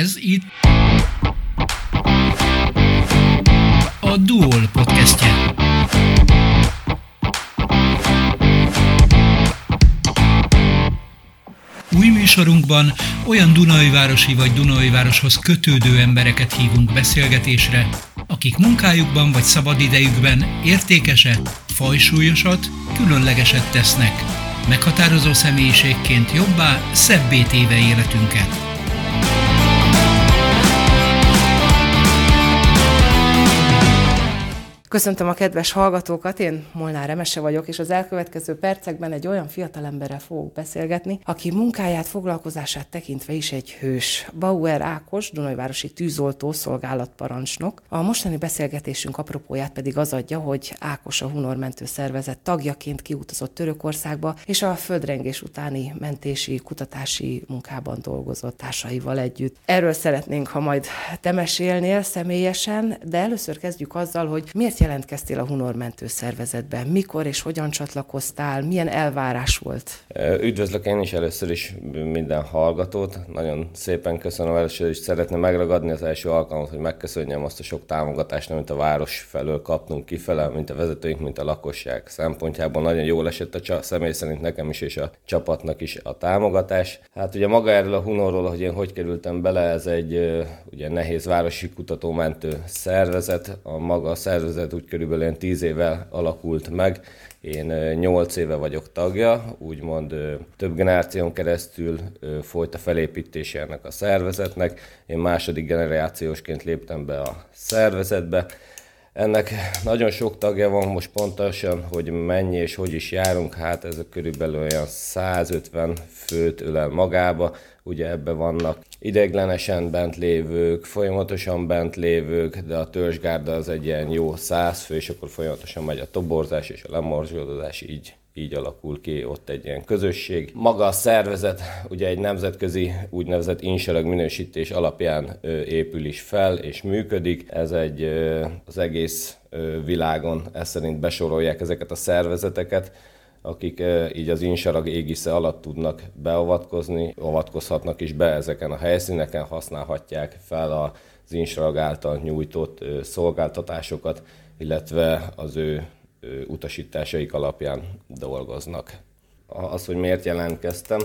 Ez itt a Duol podcastje. Új műsorunkban olyan Dunaújvárosi vagy Dunaújvároshoz kötődő embereket hívunk beszélgetésre, akik munkájukban vagy szabadidejükben értékeset, fajsúlyosat, különlegeset tesznek, meghatározó személyiségként jobbá, szebbé téve életünket. Köszöntöm a kedves hallgatókat, én Molnár Emese vagyok, és az elkövetkező percekben egy olyan fiatalemberrel fogok beszélgetni, aki munkáját, foglalkozását tekintve is egy hős. Bauer Ákos, dunaújvárosi tűzoltó szolgálatparancsnok. A mostani beszélgetésünk apropóját pedig az adja, hogy Ákos a Hunormentő Szervezet tagjaként kiutazott Törökországba, és a földrengés utáni mentési, kutatási munkában dolgozott társaival együtt. Erről szeretnénk, ha majd te mesélnél személyesen, de először kezdjük azzal, hogy miért jelentkeztél a Hunormentő Szervezetbe? Mikor és hogyan csatlakoztál? Milyen elvárás volt? Üdvözlök én is először is minden hallgatót. Nagyon szépen köszönöm, először is szeretném megragadni az első alkalmat, hogy megköszönjem azt a sok támogatást, amit a város felől kapnunk kifele, mint a vezetőink, mint a lakosság szempontjából. Nagyon jól esett személy szerint nekem is, és a csapatnak is a támogatás. Hát ugye maga erről a Hunorról, hogy én hogy kerültem bele, ez egy ugye nehéz városi kutatómentő szervezet. A maga a szervezet úgy körülbelül 10 éve alakult meg. Én 8 éve vagyok tagja, úgymond több generáción keresztül folyt a felépítése ennek a szervezetnek. Én második generációsként léptem be a szervezetbe. Ennek nagyon sok tagja van, most pontosan, hogy mennyi és hogy is járunk, hát ez körülbelül olyan 150 főt ölel magába. Ugye ebben vannak ideiglenesen bent lévők, folyamatosan bent lévők, de a törzsgárda az egy ilyen jó 100 fő, és akkor folyamatosan megy a toborzás és a lemorzsolódás, így alakul ki ott egy ilyen közösség. Maga a szervezet ugye egy nemzetközi úgynevezett insereg minősítés alapján épül is fel és működik. Ez az egész világon ezt szerint besorolják ezeket a szervezeteket, akik így az insarag égisze alatt tudnak beavatkozni, avatkozhatnak is be ezeken a helyszíneken, használhatják fel az insarag által nyújtott szolgáltatásokat, illetve az ő utasításaik alapján dolgoznak. Az, hogy miért jelentkeztem,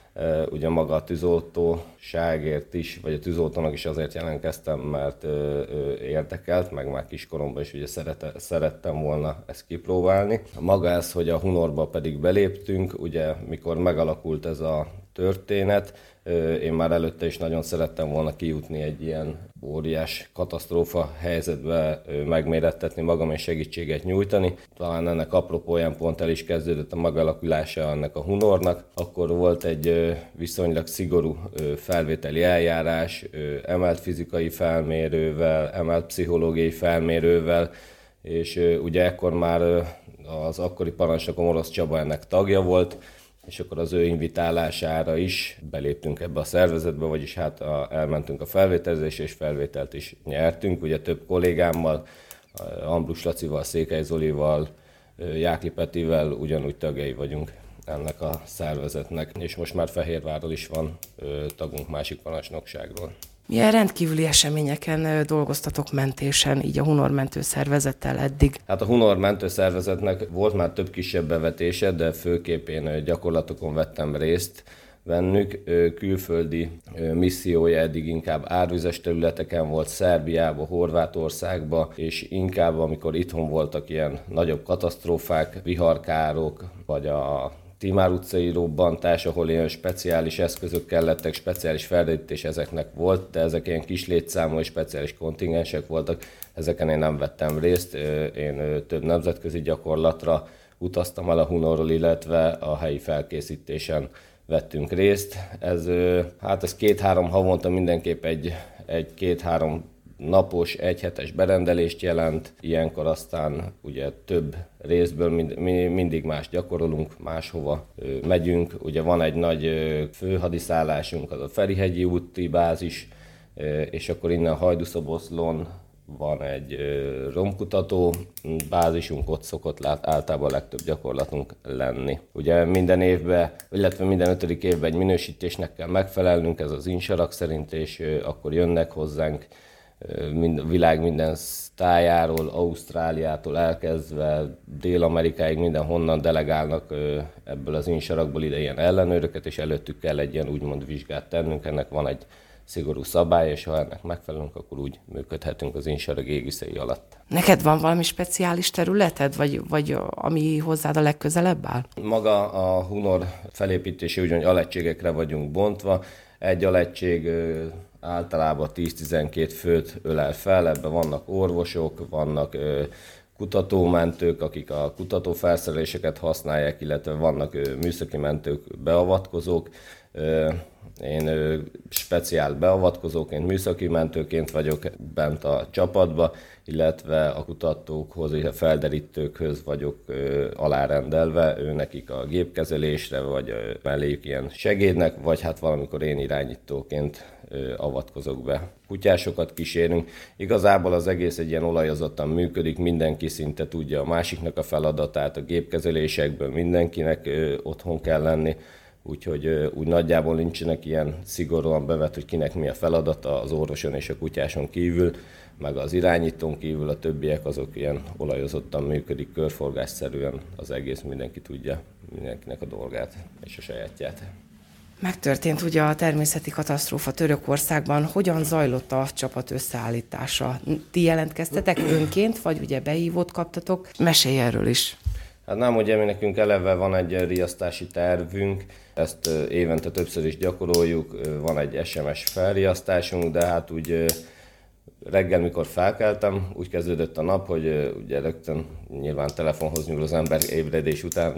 ugye maga a tűzoltóságért is, vagy a tűzoltónak is azért jelentkeztem, mert érdekelt, meg már kiskoromban is ugye szerettem volna ezt kipróbálni. Maga ez, hogy a Hunorba pedig beléptünk, ugye mikor megalakult ez a történet, én már előtte is nagyon szerettem volna kijutni egy ilyen óriás katasztrófa helyzetbe, megmérettetni magam és segítséget nyújtani. Talán ennek apropóján pont el is kezdődött a megalakulása ennek a Hunornak. Akkor volt egy viszonylag szigorú felvételi eljárás, emelt fizikai felmérővel, emelt pszichológiai felmérővel, és ugye ekkor már az akkori parancsnokom Orosz Csaba ennek tagja volt, és akkor az ő invitálására is beléptünk ebbe a szervezetbe, vagyis hát elmentünk a felvételezésre, és felvételt is nyertünk. Ugye több kollégámmal, Ambrus Lacival, Székely Zolival, Jákli Petivel ugyanúgy tagjai vagyunk ennek a szervezetnek, és most már Fehérvárról is van tagunk másik parancsnokságról. Milyen rendkívüli eseményeken dolgoztatok mentésen, így a Hunormentő Szervezettel eddig? Hát a Hunormentő Szervezetnek volt már több kisebb bevetése, de főképp én gyakorlatokon vettem részt bennük. Külföldi missziója eddig inkább árvizes területeken volt, Szerbiába, Horvátországba, és inkább amikor itthon voltak ilyen nagyobb katasztrófák, viharkárok, vagy a Timár utcai robbantás, ahol ilyen speciális eszközök kellettek, speciális felderítés ezeknek volt, de ezek ilyen kis létszámú és speciális kontingensek voltak, ezeken én nem vettem részt. Én több nemzetközi gyakorlatra utaztam el a Hunorról, illetve a helyi felkészítésen vettünk részt. Ez 2-3 havonta mindenképp egy 2-3 napos, egyhetes berendelést jelent, ilyenkor aztán ugye több részből mindig más gyakorolunk, máshova megyünk. Ugye van egy nagy főhadiszállásunk, az a Ferihegyi úti bázis, és akkor innen Hajdúszoboszlón van egy romkutató bázisunk, ott szokott általában a legtöbb gyakorlatunk lenni. Ugye minden évben, illetve minden 5. évben egy minősítésnek kell megfelelnünk, ez az INSARAG szerint, és akkor jönnek hozzánk a világ minden tájáról, Ausztráliától elkezdve Dél-Amerikáig mindenhonnan delegálnak ebből az INSARAG-ból ide ilyen ellenőröket, és előttük kell egy ilyen úgymond vizsgát tennünk. Ennek van egy szigorú szabály, és ha ennek megfelelünk, akkor úgy működhetünk az INSARAG égiszei alatt. Neked van valami speciális területed, vagy ami hozzád a legközelebb áll? Maga a Hunor felépítési ugyan alegységekre vagyunk bontva. Egy alegység általában 10-12 főt ölel fel, ebben vannak orvosok, vannak kutatómentők, akik a kutatófelszereléseket használják, illetve vannak műszaki mentők, beavatkozók. Én speciál beavatkozóként, műszaki mentőként vagyok bent a csapatba, illetve a kutatókhoz és a felderítőkhöz vagyok alárendelve, nekik a gépkezelésre, vagy melléjük ilyen segédnek, vagy hát valamikor én irányítóként avatkozok be. Kutyásokat kísérünk. Igazából az egész egy ilyen olajozottan működik, mindenki szinte tudja a másiknak a feladatát, a gépkezelésekből mindenkinek otthon kell lenni. Úgyhogy úgy nagyjából nincsenek ilyen szigorúan bevet, hogy kinek mi a feladata az orvoson és a kutyáson kívül, meg az irányítón kívül, a többiek azok ilyen olajozottan működik, körforgásszerűen az egész, mindenki tudja mindenkinek a dolgát és a sajátját. Megtörtént ugye a természeti katasztrófa Törökországban. Hogyan zajlott a csapat összeállítása? Ti jelentkeztetek önként, vagy ugye behívót kaptatok? Mesélj erről is. Hát nem, ugye mi nekünk eleve van egy riasztási tervünk, ezt évente többször is gyakoroljuk, van egy SMS felriasztásunk, de hát úgy reggel, mikor felkeltem, úgy kezdődött a nap, hogy ugye rögtön nyilván telefonhoz nyúl az ember ébredés után,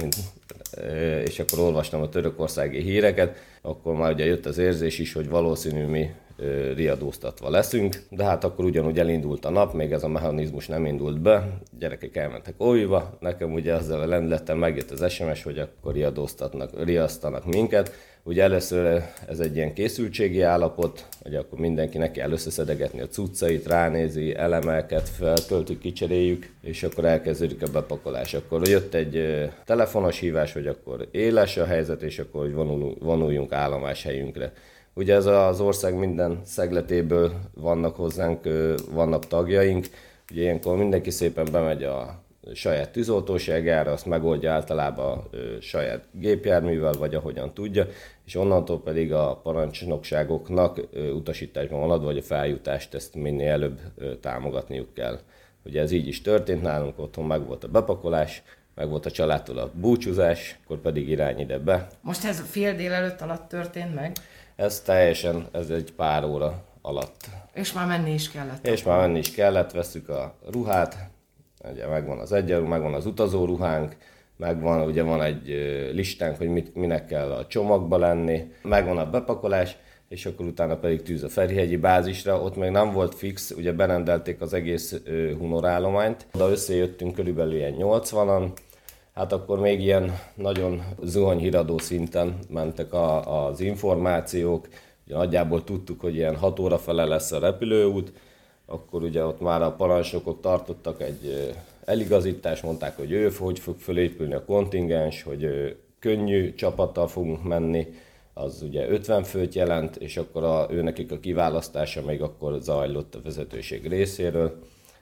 és akkor olvastam a törökországi híreket, akkor már ugye jött az érzés is, hogy valószínű mi riadóztatva leszünk, de hát akkor ugyanúgy elindult a nap, még ez a mechanizmus nem indult be, gyerekek elmentek óviba, nekem ugye azzal a lendülettel megjött az SMS, hogy akkor riasztanak minket. Ugye először ez egy ilyen készültségi állapot, hogy akkor mindenki neki kell összeszedegetni a cuccait, ránézi, elemeket feltöltjük, kicseréljük, és akkor elkezdődik a bepakolás. Akkor jött egy telefonos hívás, hogy akkor éles a helyzet, és akkor hogy vonuljunk állomáshelyünkre. Ugye ez az ország minden szegletéből vannak hozzánk, vannak tagjaink, ugye ilyenkor mindenki szépen bemegy a saját tűzoltóságára, azt megoldja általában saját gépjárművel, vagy ahogyan tudja, és onnantól pedig a parancsnokságoknak utasításban van adva, hogy a feljutást ezt minél előbb támogatniuk kell. Ugye ez így is történt nálunk, otthon meg volt a bepakolás, meg volt a családtól a búcsúzás, akkor pedig irány ide be. Most ez fél délelőtt alatt történt meg? Ez teljesen, ez egy pár óra alatt. És már menni is kellett. És már menni is kellett, vesszük a ruhát, ugye megvan az egyenruha, megvan az utazó ruhánk, megvan, ugye van egy listánk, hogy minek kell a csomagba lenni, megvan a bepakolás, és akkor utána pedig tűz a Ferihegyi bázisra, ott még nem volt fix, ugye berendelték az egész Hunor állományt, de összejöttünk körülbelül ilyen 80-an, hát akkor még ilyen nagyon zuhanyhíradó szinten mentek az információk, ugye nagyjából tudtuk, hogy ilyen 6 óra fele lesz a repülőút, akkor ugye ott már a parancsnokok tartottak egy eligazítást, mondták, hogy hogy fog fölépülni a kontingens, hogy könnyű csapattal fogunk menni, az ugye 50 főt jelent, és akkor őnekik a kiválasztása még akkor zajlott a vezetőség részéről.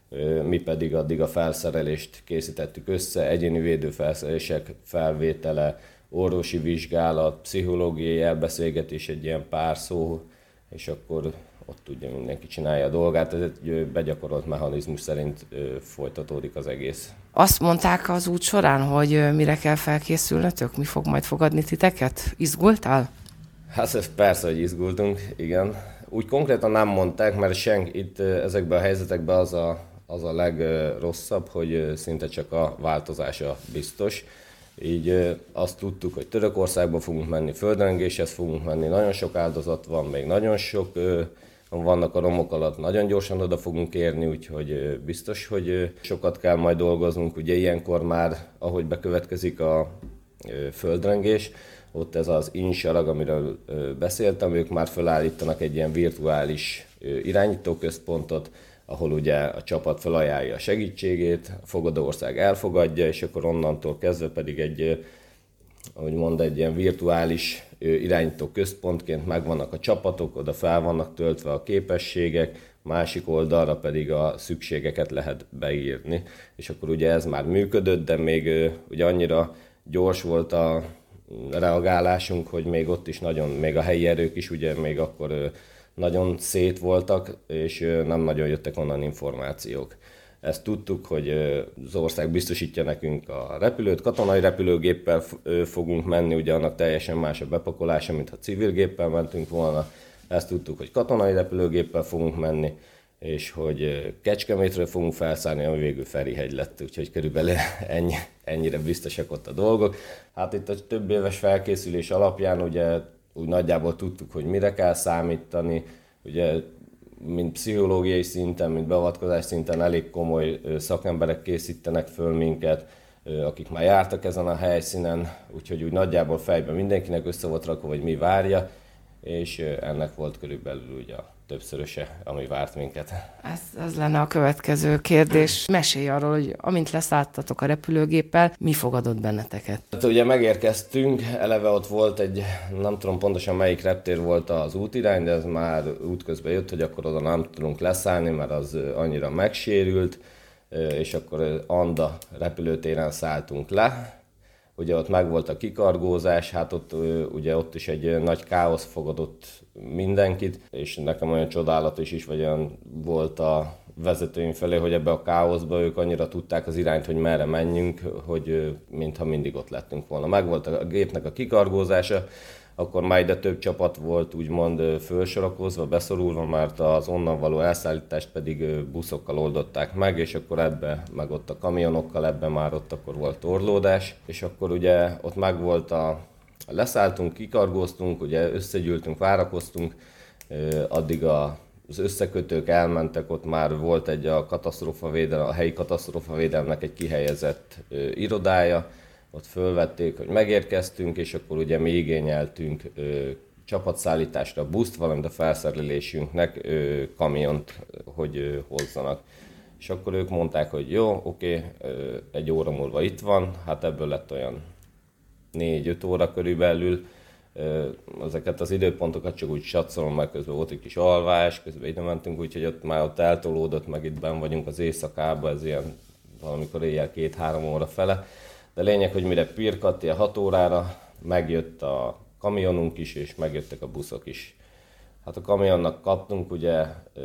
Mi pedig addig a felszerelést készítettük össze, egyéni védőfelszerelések felvétele, orvosi vizsgálat, pszichológiai elbeszélgetés, egy ilyen pár szó, és akkor ott ugye mindenki csinálja a dolgát, ez egy begyakorolt mechanizmus szerint folytatódik az egész. Azt mondták az út során, hogy mire kell felkészülnötök? Mi fog majd fogadni titeket? Izgultál? Hát ez persze, hogy izgultunk, igen. Úgy konkrétan nem mondták, mert itt ezekben a helyzetekben az a legrosszabb, hogy szinte csak a változása biztos. Így azt tudtuk, hogy Törökországba fogunk menni, földrengéshez fogunk menni, nagyon sok áldozat van, még nagyon sok vannak a romok alatt, nagyon gyorsan oda fogunk érni, úgyhogy biztos, hogy sokat kell majd dolgoznunk. Ugye ilyenkor már, ahogy bekövetkezik a földrengés, ott ez az INSARAG, amiről beszéltem, ők már felállítanak egy ilyen virtuális irányítóközpontot, ahol ugye a csapat felajánlja a segítségét, a fogadó ország elfogadja, és akkor onnantól kezdve pedig egy ilyen virtuális irányító központként megvannak a csapatok, oda fel vannak töltve a képességek, másik oldalra pedig a szükségeket lehet beírni. És akkor ugye ez már működött, de még ugye annyira gyors volt a reagálásunk, hogy még ott is még a helyi erők is ugye még akkor nagyon szét voltak, és nem nagyon jöttek onnan információk. Ezt tudtuk, hogy az ország biztosítja nekünk a repülőt, katonai repülőgéppel fogunk menni, ugye annak teljesen más a bepakolása, mint ha civil géppel mentünk volna. Ezt tudtuk, hogy katonai repülőgéppel fogunk menni, és hogy Kecskemétről fogunk felszállni, ami végül Ferihegy lett, úgyhogy körülbelül ennyire biztosak ott a dolgok. Hát itt a több éves felkészülés alapján ugye úgy nagyjából tudtuk, hogy mire kell számítani, ugye mint pszichológiai szinten, mint beavatkozás szinten elég komoly szakemberek készítenek föl minket, akik már jártak ezen a helyszínen, úgyhogy úgy nagyjából fejben mindenkinek össze volt rakva, hogy mi várja, és ennek volt körülbelül ugye a többszöröse, ami várt minket. Ez lenne a következő kérdés. Mesélj arról, hogy amint leszálltatok a repülőgéppel, mi fogadott benneteket? Hát ugye megérkeztünk, eleve ott volt nem tudom pontosan melyik reptér volt az útirány, de ez már útközben jött, hogy akkor oda nem tudunk leszállni, mert az annyira megsérült, és akkor Anda repülőtéren szálltunk le. Ugye ott megvolt a kikargózás, hát ott is egy nagy káosz fogadott mindenkit, és nekem olyan csodálatos is, vagy olyan volt a vezetőim felé, hogy ebbe a káoszba ők annyira tudták az irányt, hogy merre menjünk, hogy mintha mindig ott lettünk volna. Megvolt a gépnek a kikargózása, akkor már ide több csapat volt úgymond fölsorakozva, beszorulva, mert az onnan való elszállítást pedig buszokkal oldották meg, és akkor meg ott a kamionokkal, ebben már ott akkor volt torlódás, és akkor ugye ott megvolt leszálltunk, kikargóztunk, ugye összegyűltünk, várakoztunk, addig az összekötők elmentek, ott már volt a helyi katasztrófavédelemnek egy kihelyezett irodája, ott fölvették, hogy megérkeztünk, és akkor ugye mi igényeltünk csapatszállításra buszt, valamint a felszerelésünknek kamiont, hogy hozzanak. És akkor ők mondták, hogy jó, oké, 1 óra múlva itt van, hát ebből lett olyan 4-5 óra körülbelül. Ezeket az időpontokat csak úgy satszolom, mert közben volt egy kis alvás, közben ide mentünk, úgyhogy ott eltolódott, meg itt benn vagyunk az éjszakában, ez ilyen valamikor éjjel 2-3 óra fele. De lényeg, hogy mire pirkadt, ilyen 6 órára megjött a kamionunk is, és megjöttek a buszok is. Hát a kamionnak kaptunk ugye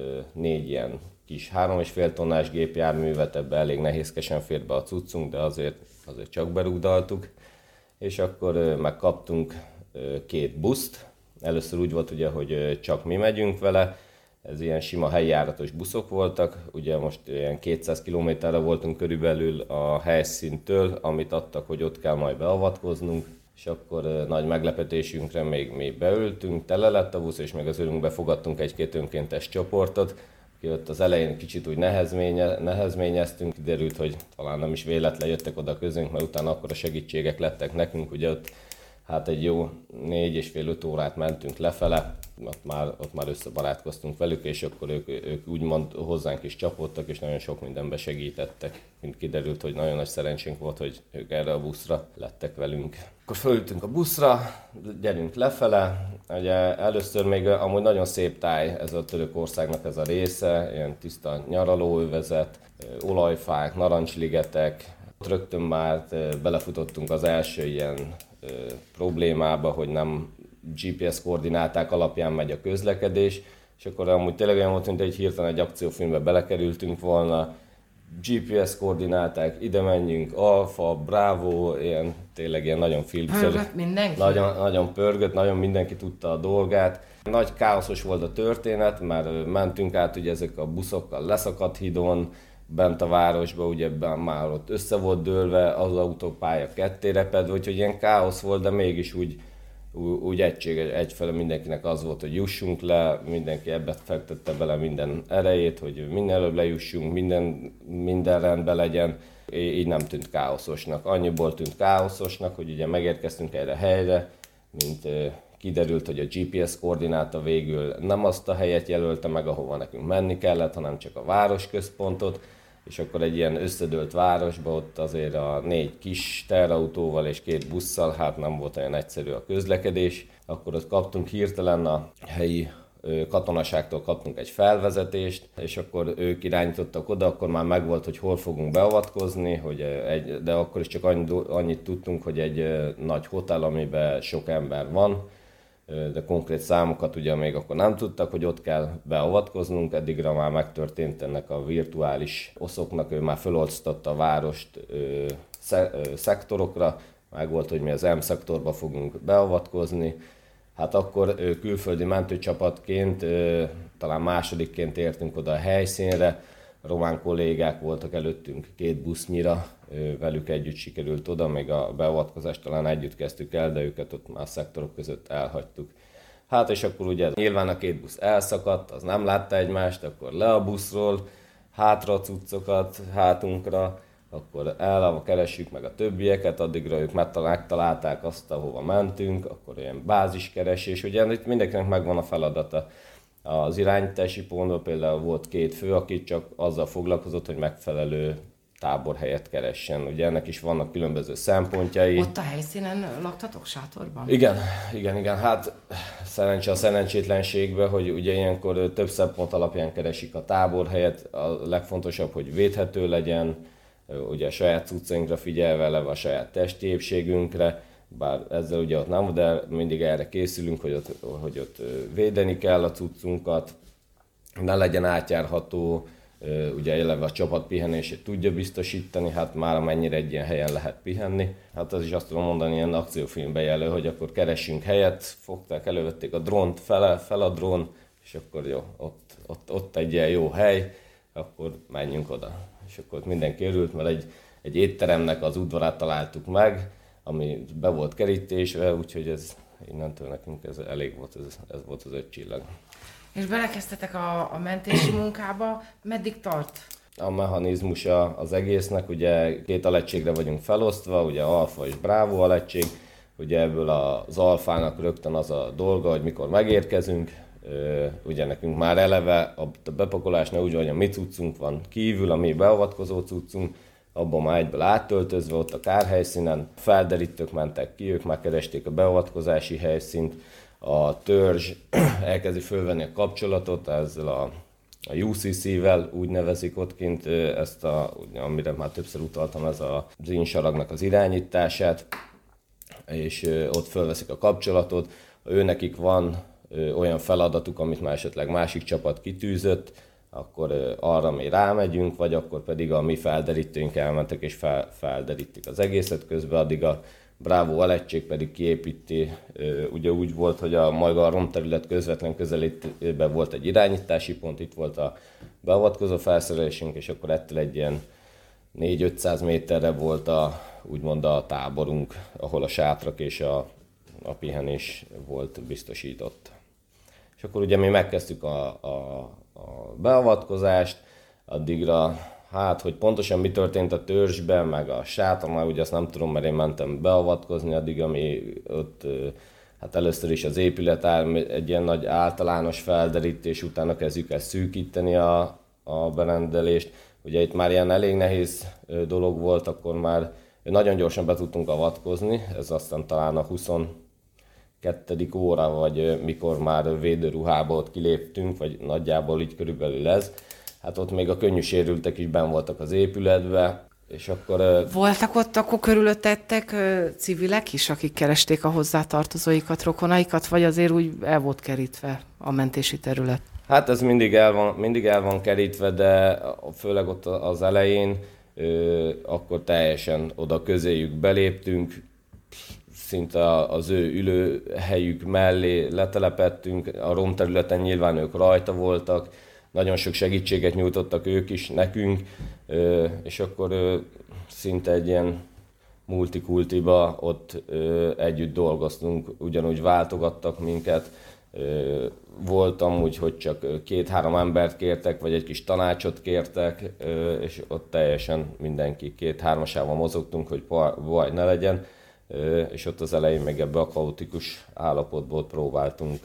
4 ilyen kis 3,5 tonnás gépjárművet, ebbe elég nehézkesen fér be a cuccunk, de azért csak berúgdaltuk. És akkor megkaptunk 2 buszt. Először úgy volt ugye, hogy csak mi megyünk vele, ez ilyen sima helyjáratos buszok voltak, ugye most ilyen 200 kilométerre voltunk körülbelül a helyszíntől, amit adtak, hogy ott kell majd beavatkoznunk, és akkor nagy meglepetésünkre még mi beültünk, tele lett a busz, és meg az örünkbe fogadtunk 1-2 önkéntes csoportot, aki ott az elején kicsit úgy nehezményeztünk, kiderült, hogy talán nem is véletlen jöttek oda közünk, mert utána akkor a segítségek lettek nekünk, ugye ott hát egy jó 4,5-5 órát mentünk lefele, ott már összebarátkoztunk velük, és akkor ők úgymond hozzánk is csapódtak, és nagyon sok mindenbe segítettek. Mint kiderült, hogy nagyon nagy szerencsénk volt, hogy ők erre a buszra lettek velünk. Akkor fölültünk a buszra, gyerünk lefele. Ugye először még amúgy nagyon szép táj ez a Törökországnak ez a része, ilyen tiszta nyaralóövezet, olajfák, narancsligetek. Ott rögtön már belefutottunk az első ilyen problémába, hogy nem GPS koordináták alapján megy a közlekedés, és akkor amúgy tényleg olyan volt, mint egy hirtelen egy akciófilmbe belekerültünk volna, GPS koordináták, ide menjünk, Alfa, Bravo, tényleg ilyen nagyon filmszerű. Pörgött mindenki? Nagyon pörgött, nagyon mindenki tudta a dolgát. Nagy káoszos volt a történet, mert mentünk át ugye ezek a buszokkal leszakadt hídon, bent a városba, ugye már ott össze volt dőlve, az autópálya ketté repedve, úgyhogy ilyen káosz volt, de mégis úgy egyfelől mindenkinek az volt, hogy jussunk le, mindenki ebbe fektette bele minden erejét, hogy minél előbb lejussunk, minden rendben legyen, így nem tűnt káoszosnak. Annyiból tűnt káoszosnak, hogy ugye megérkeztünk erre a helyre, mint kiderült, hogy a GPS koordináta végül nem azt a helyet jelölte meg, ahova nekünk menni kellett, hanem csak a városközpontot, és akkor egy ilyen összedőlt városba ott azért a 4 kis terautóval és 2 busszal, hát nem volt olyan egyszerű a közlekedés. Akkor ott kaptunk hirtelen a helyi katonaságtól kaptunk egy felvezetést, és akkor ők irányítottak oda, akkor már megvolt, hogy hol fogunk beavatkozni, de akkor is csak annyit tudtunk, hogy egy nagy hotel, amiben sok ember van, de konkrét számokat ugye még akkor nem tudtak, hogy ott kell beavatkoznunk, eddigra már megtörtént ennek a virtuális oszoknak, ő már felosztotta a várost szektorokra, meg volt, hogy mi az M-szektorba fogunk beavatkozni. Hát akkor külföldi mentőcsapatként, talán másodikként értünk oda a helyszínre, román kollégák voltak előttünk 2 busznyira, velük együtt sikerült oda, még a beavatkozást talán együtt kezdtük el, de őket ott már szektorok között elhagytuk. Hát és akkor ugye nyilván a 2 busz elszakadt, az nem látta egymást, akkor le a buszról, hátra a cuccokat, hátunkra, akkor keressük meg a többieket, addigra ők megtalálták azt, ahova mentünk, akkor ilyen báziskeresés, ugye itt mindenkinek megvan a feladata. Az irányítási pontban például volt 2 fő, aki csak azzal foglalkozott, hogy megfelelő táborhelyet keressen. Ugye ennek is vannak különböző szempontjai. Ott a helyszínen laktatok sátorban? Igen. Hát szerencse a szerencsétlenségben, hogy ugye ilyenkor több szempont alapján keresik a táborhelyet. A legfontosabb, hogy védhető legyen, ugye a saját cuccainkra figyelve, eleve a saját testi épségünkre, bár ezzel ugye ott nem, de mindig erre készülünk, hogy ott védeni kell a cuccunkat, ne legyen átjárható, ugye eleve a csapat pihenését tudja biztosítani, hát már amennyire egy ilyen helyen lehet pihenni. Hát az is azt tudom mondani, ilyen akciófilmben jelő, hogy akkor keressünk helyet, fogták, elővették a drónt, fel a drón, és akkor jó, ott egy ilyen jó hely, akkor menjünk oda. És akkor ott mindenki örült, mert egy étteremnek az udvarát találtuk meg, ami be volt kerítésve, úgyhogy ez innentől nekünk ez elég volt, ez volt az 5 csillag. És belekezdtetek a mentési munkába, meddig tart? A mechanizmusa az egésznek, ugye 2 alegységre vagyunk felosztva, ugye Alfa és Bravo alegység, ugye ebből az Alfának rögtön az a dolga, hogy mikor megérkezünk, ugye nekünk már eleve a bepakolásnál úgy van, hogy a mi cuccunk van kívül, a mi beavatkozó cuccunk, abban már egyből áttöltözve ott a kárhelyszínen, felderítők mentek ki, ők megkeresték a beavatkozási helyszínt, a törzs elkezdi fölvenni a kapcsolatot ezzel a UCC-vel, úgy nevezik ott kint ezt amire már többször utaltam, ez az insaragnak az irányítását, és ott fölveszik a kapcsolatot, őnekik van olyan feladatuk, amit már esetleg másik csapat kitűzött, akkor arra mi rámegyünk, vagy akkor pedig a mi felderítőink elmentek és felderítik az egészet, közben addig a Bravo alegység pedig kiépíti, ugye úgy volt, hogy maga a romterület közvetlen közelítében volt egy irányítási pont, itt volt a beavatkozó felszerelésünk, és akkor ettől egy ilyen 400-500 méterre volt úgymond a táborunk, ahol a sátrak és a pihenés volt biztosított. És akkor ugye mi megkezdtük a beavatkozást, addigra, hát, hogy pontosan mi történt a törzsben, meg a sátornál, ugye azt nem tudom, mert én mentem beavatkozni, addig, ami ott, hát először is az épület áll, egy ilyen nagy általános felderítés, utána kezdjük el szűkíteni a berendelést. Ugye itt már ilyen elég nehéz dolog volt, akkor már nagyon gyorsan be tudtunk avatkozni, ez aztán talán a 22. óra, vagy mikor már védőruhába ott kiléptünk, vagy nagyjából így körülbelül ez. Hát ott még a könnyű sérültek is benn voltak az épületbe, és akkor... Voltak ott akkor körülöttetek civilek is, akik keresték a hozzátartozóikat, rokonaikat, vagy azért úgy el volt kerítve a mentési terület? Hát ez mindig el van kerítve, de főleg ott az elején, akkor teljesen oda közéjük beléptünk, szinte az ő ülőhelyük mellé letelepettünk, a romterületen nyilván ők rajta voltak, nagyon sok segítséget nyújtottak ők is nekünk, és akkor szinte egy ilyen multikultiba ott együtt dolgoztunk, ugyanúgy váltogattak minket. Voltam úgy, hogy csak 2-3 embert kértek, vagy egy kis tanácsot kértek, és ott teljesen mindenki 2-3-asával mozogtunk, hogy baj ne legyen. és ott az elején még ebbe a kaotikus állapotból próbáltunk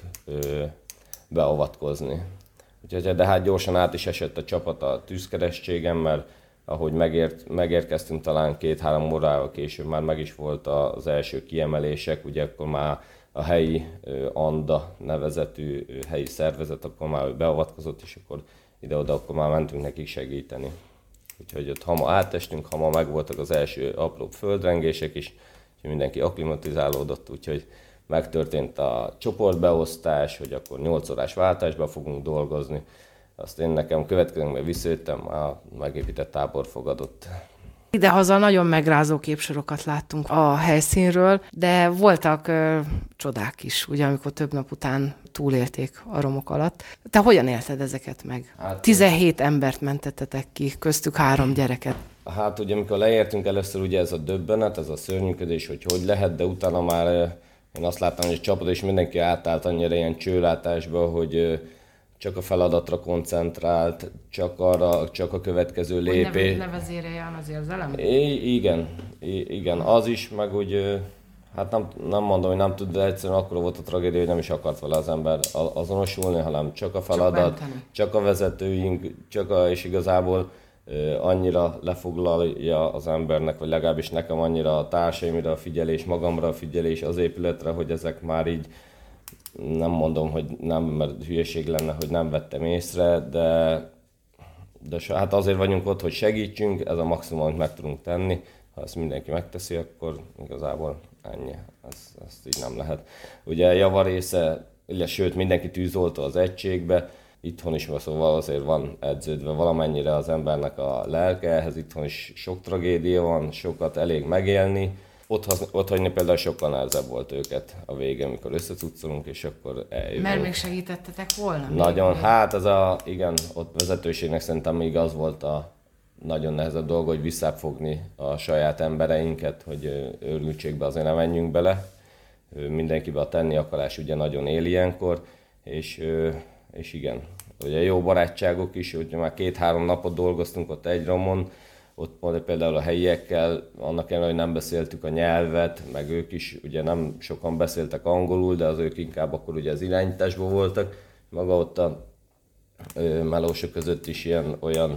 beavatkozni. Úgyhogy, de hát gyorsan át is esett a csapat a tűzkeresztségen, mert ahogy megérkeztünk talán 2-3 órával később már meg is volt az első kiemelések, ugye akkor már a helyi ANDA nevezetű helyi szervezet, akkor már beavatkozott, és akkor ide-oda akkor már mentünk nekik segíteni. Úgyhogy ott hamar átestünk, hamar megvoltak az első apróbb földrengések is, és mindenki akklimatizálódott, úgyhogy megtörtént a csoportbeosztás, hogy akkor 8 órás váltásban fogunk dolgozni. Azt én nekem következően visszajöttem, a megépített tábor fogadott. Idehaza nagyon megrázó képsorokat láttunk a helyszínről, de voltak csodák is, ugye, amikor több nap után túlélték a romok alatt. Te hogyan élted ezeket meg? 17 embert mentettetek ki, köztük 3 gyereket. Hát ugye, amikor leértünk először, ugye ez a döbbenet, ez a szörnyűködés, hogy lehet, de utána már én azt láttam, hogy a csapat és mindenki átállt annyira ilyen csőlátásba, hogy csak a feladatra koncentrált, csak a következő lépés. Ne vezéreljen az érzelem? Igen, az is, meg úgy, hát nem mondom, hogy nem tud, de egyszerűen akkor volt a tragédia, hogy nem is akart vele az ember azonosulni, hanem csak a feladat, csak a vezetőink, és igazából annyira lefoglalja az embernek, vagy legalábbis nekem annyira a társaimra a figyelés, magamra a figyelés az épületre, hogy ezek már így, nem mondom, hogy nem, mert hülyeség lenne, hogy nem vettem észre, de hát azért vagyunk ott, hogy segítsünk, ez a maximum, amit meg tudunk tenni. Ha ezt mindenki megteszi, akkor igazából ennyi, ezt így nem lehet. Ugye javarésze, sőt mindenki tűzoltó az egységbe, itthon is, szóval azért van edződve valamennyire az embernek a lelke, ehhez itthon is sok tragédia van, sokat elég megélni. Ott hagyni például sokkal nehezebb volt őket a végén, amikor összecuccolunk, és akkor eljövünk. Mert még segítettetek volna? Nagyon, hát igen, ott vezetőségnek szerintem még az volt a nagyon nehezebb dolga, hogy visszafogni a saját embereinket, hogy őrültségbe azért ne menjünk bele. Mindenkibe a tenni akarás ugye nagyon él ilyenkor, és igen, ugye jó barátságok is, ugye már 2-3 napot dolgoztunk ott egy romon, ott például a helyiekkel, annak ellenére, hogy nem beszéltük a nyelvet, meg ők is ugye nem sokan beszéltek angolul, de az ők inkább akkor ugye az irányításban voltak. Maga ott a melósok között is olyan,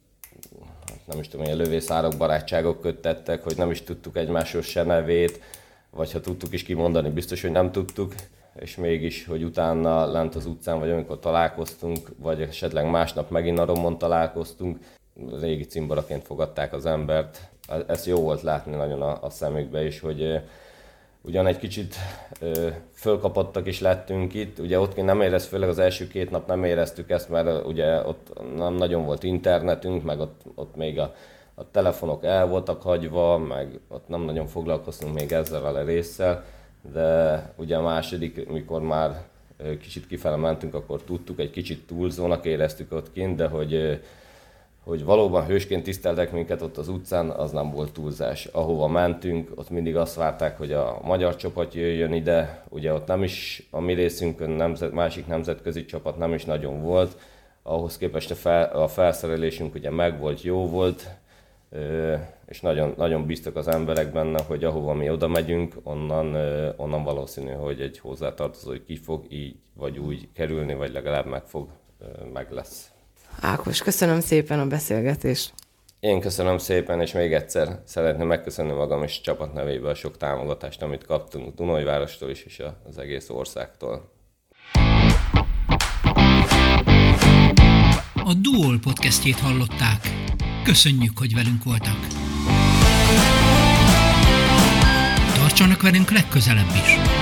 nem is tudom, ilyen lövészárok barátságok köttettek, hogy nem is tudtuk egymásról se nevét, vagy ha tudtuk is kimondani, biztos, hogy nem tudtuk. És mégis, hogy utána lent az utcán, vagy amikor találkoztunk, vagy esetleg másnap megint a romon találkoztunk, régi cimbaraként fogadták az embert. Ez jó volt látni nagyon a szemükbe is, hogy ugyan egy kicsit fölkapottak is lettünk itt. Ugye ott nem éreztük, főleg az első 2 nap nem éreztük ezt, mert ugye ott nem nagyon volt internetünk, meg ott még a telefonok el voltak hagyva, meg ott nem nagyon foglalkoztunk még ezzel a résszel. De ugye a második, mikor már kicsit kifele mentünk, akkor tudtuk, egy kicsit túlzónak éreztük ott kint, de hogy valóban hősként tiszteltek minket ott az utcán, az nem volt túlzás. Ahova mentünk, ott mindig azt várták, hogy a magyar csapat jöjjön ide, ugye ott nem is a mi részünkön másik nemzetközi csapat nem is nagyon volt, ahhoz képest a felszerelésünk ugye megvolt, jó volt, és nagyon, nagyon bíztak az emberek benne, hogy ahova mi oda megyünk, onnan valószínű, hogy egy hozzátartozó, hogy ki fog így vagy úgy kerülni, vagy legalább meg lesz. Ákos, köszönöm szépen a beszélgetést. Én köszönöm szépen, és még egyszer szeretném megköszönni magam és csapat nevében a sok támogatást, amit kaptunk Dunajvárostól is, és az egész országtól. A Duol podcastjét hallották. Köszönjük, hogy velünk voltak. Tartsanak velünk legközelebb is!